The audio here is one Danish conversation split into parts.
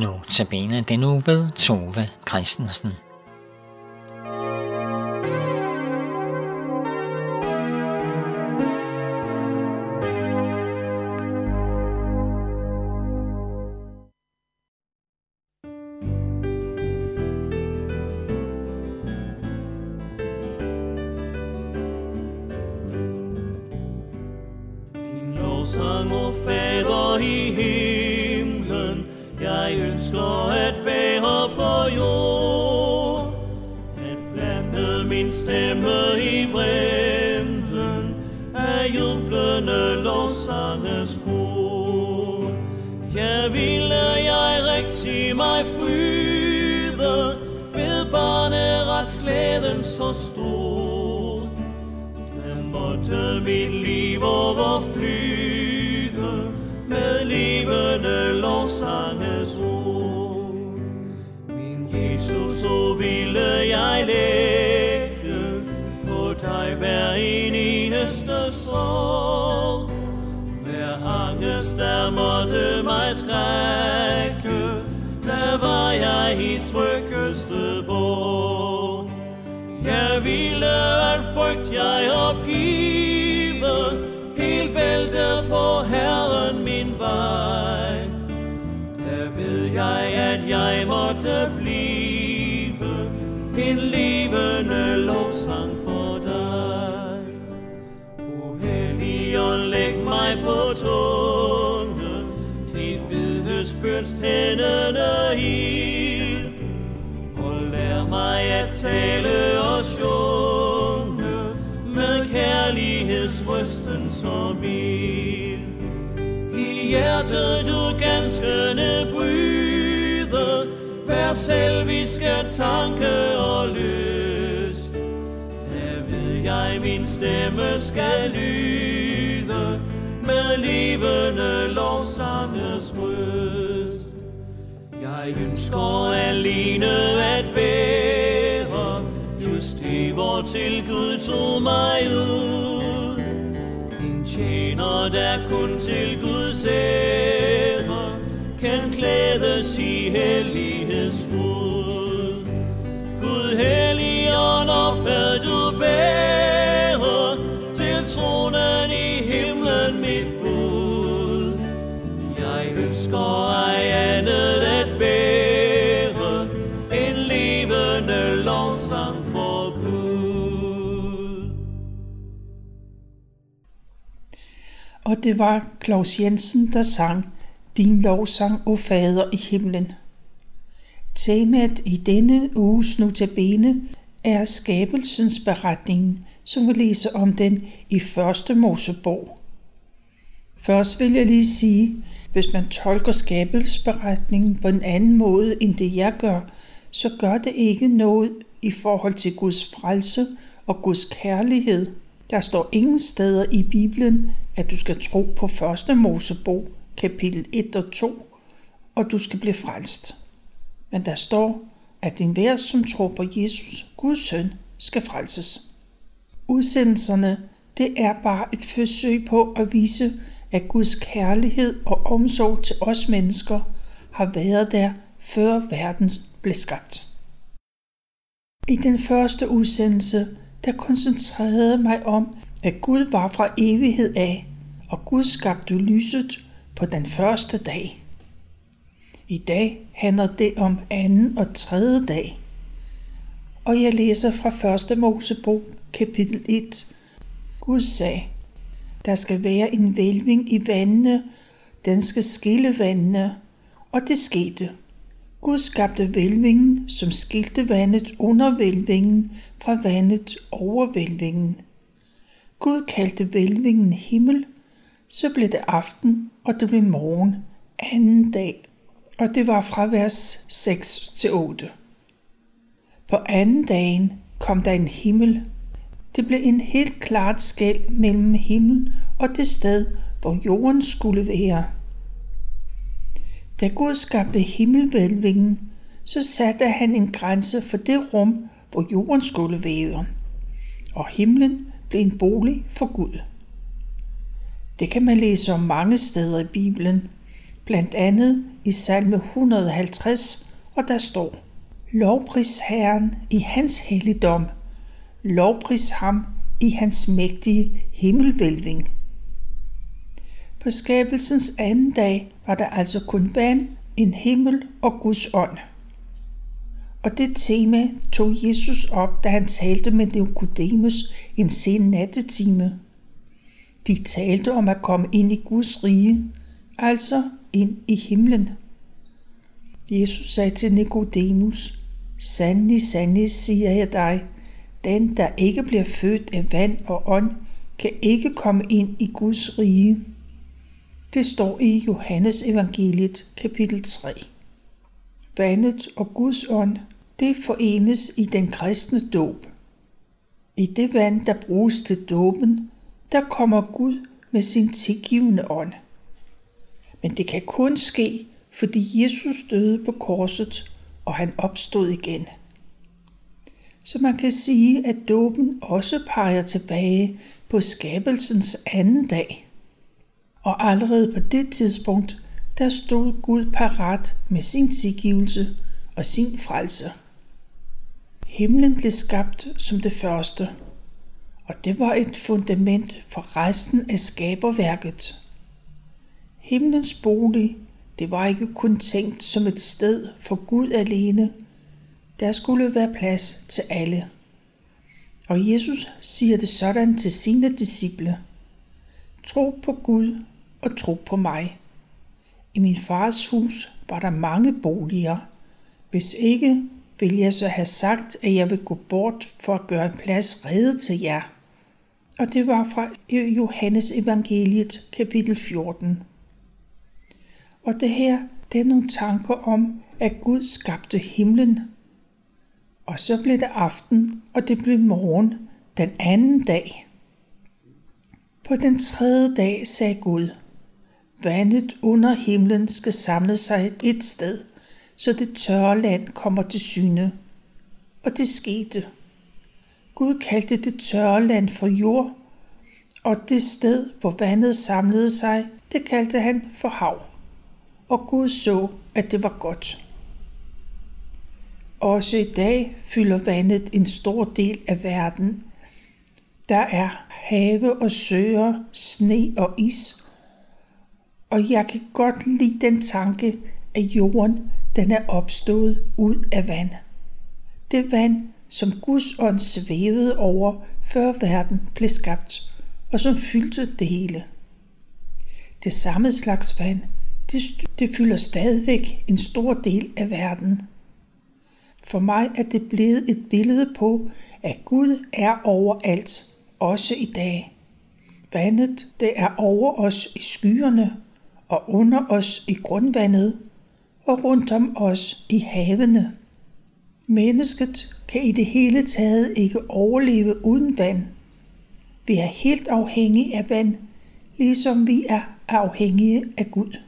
Notabene den uge ved Tove Christensen. Sang, o Fader i himlen, jeg ønsker at være på jord, at plante min stemme i vremlen af jublende lovsanges kor. Ja, ville jeg rigtig mig fryde ved barneretsglæden så stor, da måtte mit liv overflyde med levende lovsanges ord. Min Jesus, så ville jeg lægge på dig hver eneste sorg, hver angst, der måtte mig skrække, der var jeg i tryggeste bort. Jeg ville al frygt jeg opgive, helt vælte på Herren min vej. Der ved jeg, at jeg måtte blive en levende lovsang for dig. O Helligånd, læg mig på tunge dit vidnesbyrds tændende ild, og lær mig at tale og synge med kærlighedsrøsten som ild. I hjertet du ganske bryde hver selviske tanke og lyst. Der ved jeg min stemme skal lyde med levende lovsanges røst. Jeg ønsker alene at være just det, hvor til Gud tog mig ud. En tjener, der kun til Guds ære kan klædes i hellighedsskud. Gud Helligånd, op er du bære til tronen i himlen mit bud. Jeg ønsker ej andet at bære en levende lovsang for Gud. Og det var Claus Jensen, der sang Din lovsang, o Fader i himlen. Temaet i denne uges notabene er skabelsens beretning, som vi læser om den i 1. Mosebog. Først vil jeg lige sige, hvis man tolker skabelsesberetningen på en anden måde end det jeg gør, så gør det ikke noget i forhold til Guds frelse og Guds kærlighed. Der står ingen steder i Bibelen, at du skal tro på 1. Mosebog, kapitel 1 og 2, og du skal blive frelst. Men der står, at enhver, som tror på Jesus, Guds søn, skal frelses. Udsendelserne, det er bare et forsøg på at vise, at Guds kærlighed og omsorg til os mennesker har været der, før verden blev skabt. I den første udsendelse, der koncentrerede jeg mig om, at Gud var fra evighed af, og Gud skabte lyset på den første dag. I dag handler det om anden og tredje dag. Og jeg læser fra 1. Mosebog, kapitel 1. Gud sagde, der skal være en hvælving i vandene, den skal skille vandene, og det skete. Gud skabte hvælvingen, som skilte vandet under hvælvingen fra vandet over hvælvingen. Gud kaldte hvælvingen himmel, så blev det aften, og det blev morgen, anden dag, og det var fra vers 6 til 8. På anden dagen kom der en himmel. Det blev en helt klart skel mellem himmel og det sted, hvor jorden skulle være. Da Gud skabte himmelhvælvingen, så satte han en grænse for det rum, hvor jorden skulle være, og himlen blev en bolig for Gud. Det kan man læse om mange steder i Bibelen. blandt andet i salme 150, og der står: Lovpris Herren i hans helligdom, lovpris ham i hans mægtige himmelvælving. På skabelsens anden dag var der altså kun vand, en himmel og Guds ånd. Og det tema tog Jesus op, da han talte med Nikodemus en sen nattetime. De talte om at komme ind i Guds rige, altså ind i himlen. Jesus sagde til Nikodemus: Sandelig, sandelig, siger jeg dig, den, der ikke bliver født af vand og ånd, kan ikke komme ind i Guds rige. Det står i Johannes evangeliet, kapitel 3. Vandet og Guds ånd, det forenes i den kristne dåb. I det vand, der bruges til dåben, der kommer Gud med sin tilgivende ånd. Men det kan kun ske, fordi Jesus døde på korset, og han opstod igen. Så man kan sige, at dåben også peger tilbage på skabelsens anden dag. Og allerede på det tidspunkt, der stod Gud parat med sin tilgivelse og sin frelse. Himlen blev skabt som det første, og det var et fundament for resten af skaberværket. Himlens bolig, det var ikke kun tænkt som et sted for Gud alene. Der skulle være plads til alle. Og Jesus siger det sådan til sine disciple: Tro på Gud og tro på mig. I min fars hus var der mange boliger. Hvis ikke, vil jeg så have sagt, at jeg vil gå bort for at gøre en plads rede til jer. Og det var fra Johannes evangeliet, kapitel 14. Og det her, det er nogle tanker om, at Gud skabte himlen. Og så blev det aften, og det blev morgen den anden dag. På den tredje dag sagde Gud: Vandet under himlen skal samle sig et sted, så det tørre land kommer til syne. Og det skete. Gud kaldte det tørre land for jord, og det sted, hvor vandet samlede sig, det kaldte han for hav. Og Gud så, at det var godt. Også i dag fylder vandet en stor del af verden. Der er have og søer, sne og is. Og jeg kan godt lide den tanke, at jorden den er opstået ud af vand. Det vand, som Guds ånd svævede over, før verden blev skabt, og som fyldte det hele. Det samme slags vand, det fylder stadigvæk en stor del af verden. For mig er det blevet et billede på, at Gud er overalt, også i dag. Vandet, det er over os i skyerne, og under os i grundvandet, og rundt om os i havene. Mennesket kan i det hele taget ikke overleve uden vand. Vi er helt afhængige af vand, ligesom vi er afhængige af Gud.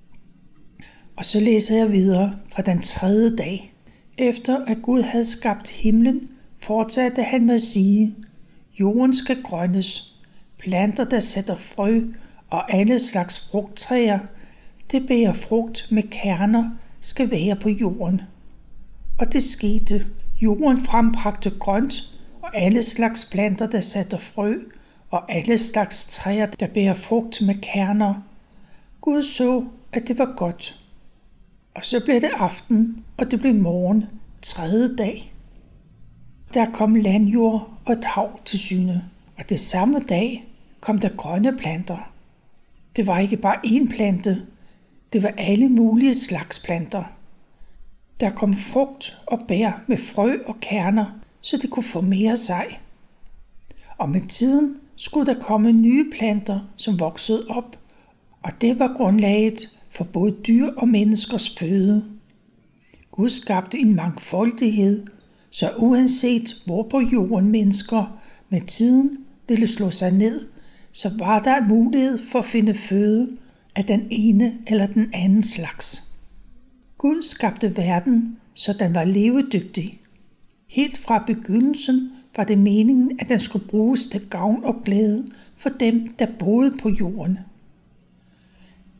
Og så læser jeg videre fra den tredje dag. Efter at Gud havde skabt himlen, fortsatte han med at sige: Jorden skal grønnes, planter der sætter frø og alle slags frugttræer, det bærer frugt med kerner, skal være på jorden. Og det skete. Jorden frembragte grønt, og alle slags planter der sætter frø, og alle slags træer der bærer frugt med kerner. Gud så, at det var godt. Og så blev det aften, og det blev morgen, tredje dag. Der kom landjord og et hav til syne, og det samme dag kom der grønne planter. Det var ikke bare én plante, det var alle mulige slags planter. Der kom frugt og bær med frø og kerner, så det kunne formere sig. Og med tiden skulle der komme nye planter, som voksede op, og det var grundlaget for både dyr og menneskers føde. Gud skabte en mangfoldighed, så uanset hvor på jorden mennesker med tiden ville slå sig ned, så var der mulighed for at finde føde af den ene eller den anden slags. Gud skabte verden, så den var levedygtig. Helt fra begyndelsen var det meningen, at den skulle bruges til gavn og glæde for dem, der boede på jorden.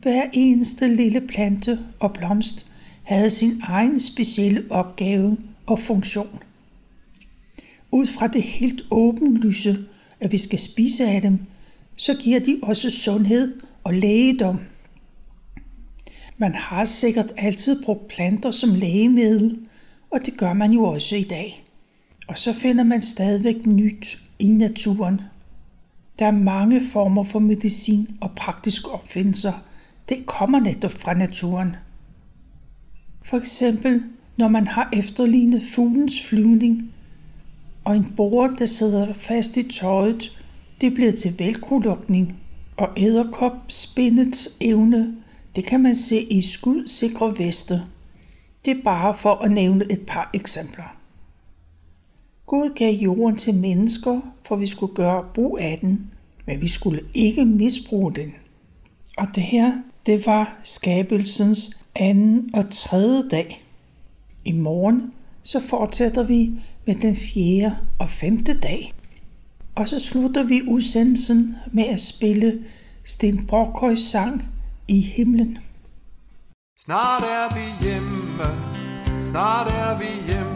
Hver eneste lille plante og blomst havde sin egen specielle opgave og funktion. Ud fra det helt åbenlyse, at vi skal spise af dem, så giver de også sundhed og lægedom. Man har sikkert altid brugt planter som lægemiddel, og det gør man jo også i dag. Og så finder man stadigvæk nyt i naturen. Der er mange former for medicin og praktiske opfindelser. Det kommer netop fra naturen. For eksempel, når man har efterlignet fuglens flyvning, og en bore, der sidder fast i tøjet, det er blevet til velcro-lukning, og edderkopspindets evne, det kan man se i skudsikre veste. Det er bare for at nævne et par eksempler. Gud gav jorden til mennesker, for vi skulle gøre brug af den, men vi skulle ikke misbruge den. Og det her, det var skabelsens 2. og 3. dag. I morgen, så fortsætter vi med den 4. og 5. dag. Og så slutter vi udsendelsen med at spille Sten Brokhøjs sang I himlen. Snart er vi hjemme, snart er vi hjemme,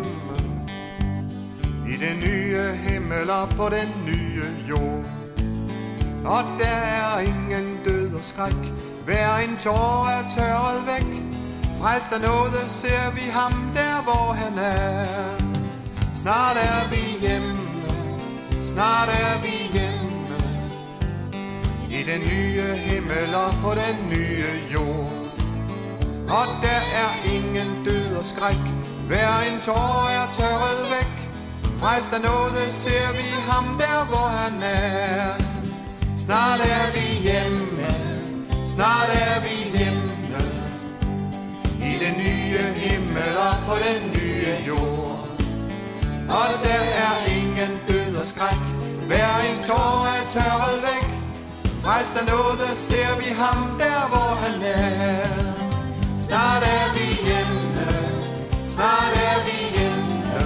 i den nye himmel og på den nye jord. Og der er ingen død og skræk, hver en tår er tørret væk. Frelst af nåde ser vi ham der, hvor han er. Snart er vi hjemme, snart er vi hjemme, i den nye himmel og på den nye jord. Og der er ingen død og skræk, hver en tår er tørret væk. Frelst af nåde ser vi ham der, hvor han er. Snart er vi hjemme, snart er vi hjemme, i den nye himmel og på den nye jord. Og der er ingen død og skræk, hver en tår er tørret væk. Frelst af nåde ser vi ham der, hvor han er. Snart er vi hjemme, snart er vi hjemme,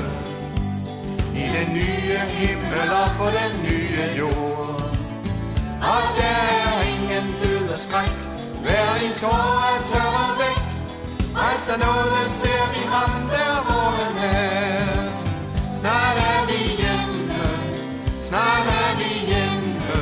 i den nye himmel og på den nye jord. Og der er ingen død og skræk, hver en tår er tørret væk. Frelst af nåde ser vi ham der, hvor han er. Snart er vi hjemme, snart er vi hjemme,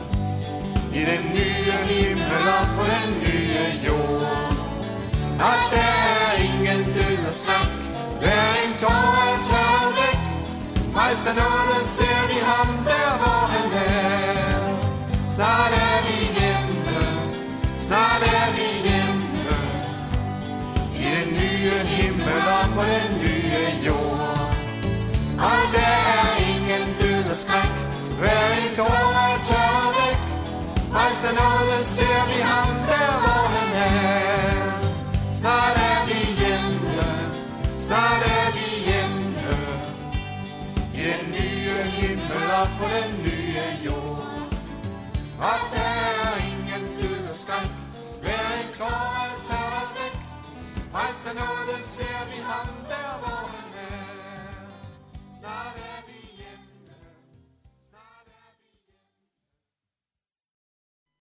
i den nye himmel og på den nye jord. Og der er ingen død og skræk, hver en tår er tørret væk. Frelst af nåde ser vi ham der, hvor han er. Snart er vi hjemme, snart er vi hjemme, i den nye himmel og på den nye jord. Og der er ingen død og skræk, hver en tår er tørret væk. Frelst af nåde ser vi ham der, hvor han er. Snart er vi hjemme, snart er vi hjemme, i den nye himmel og på den nye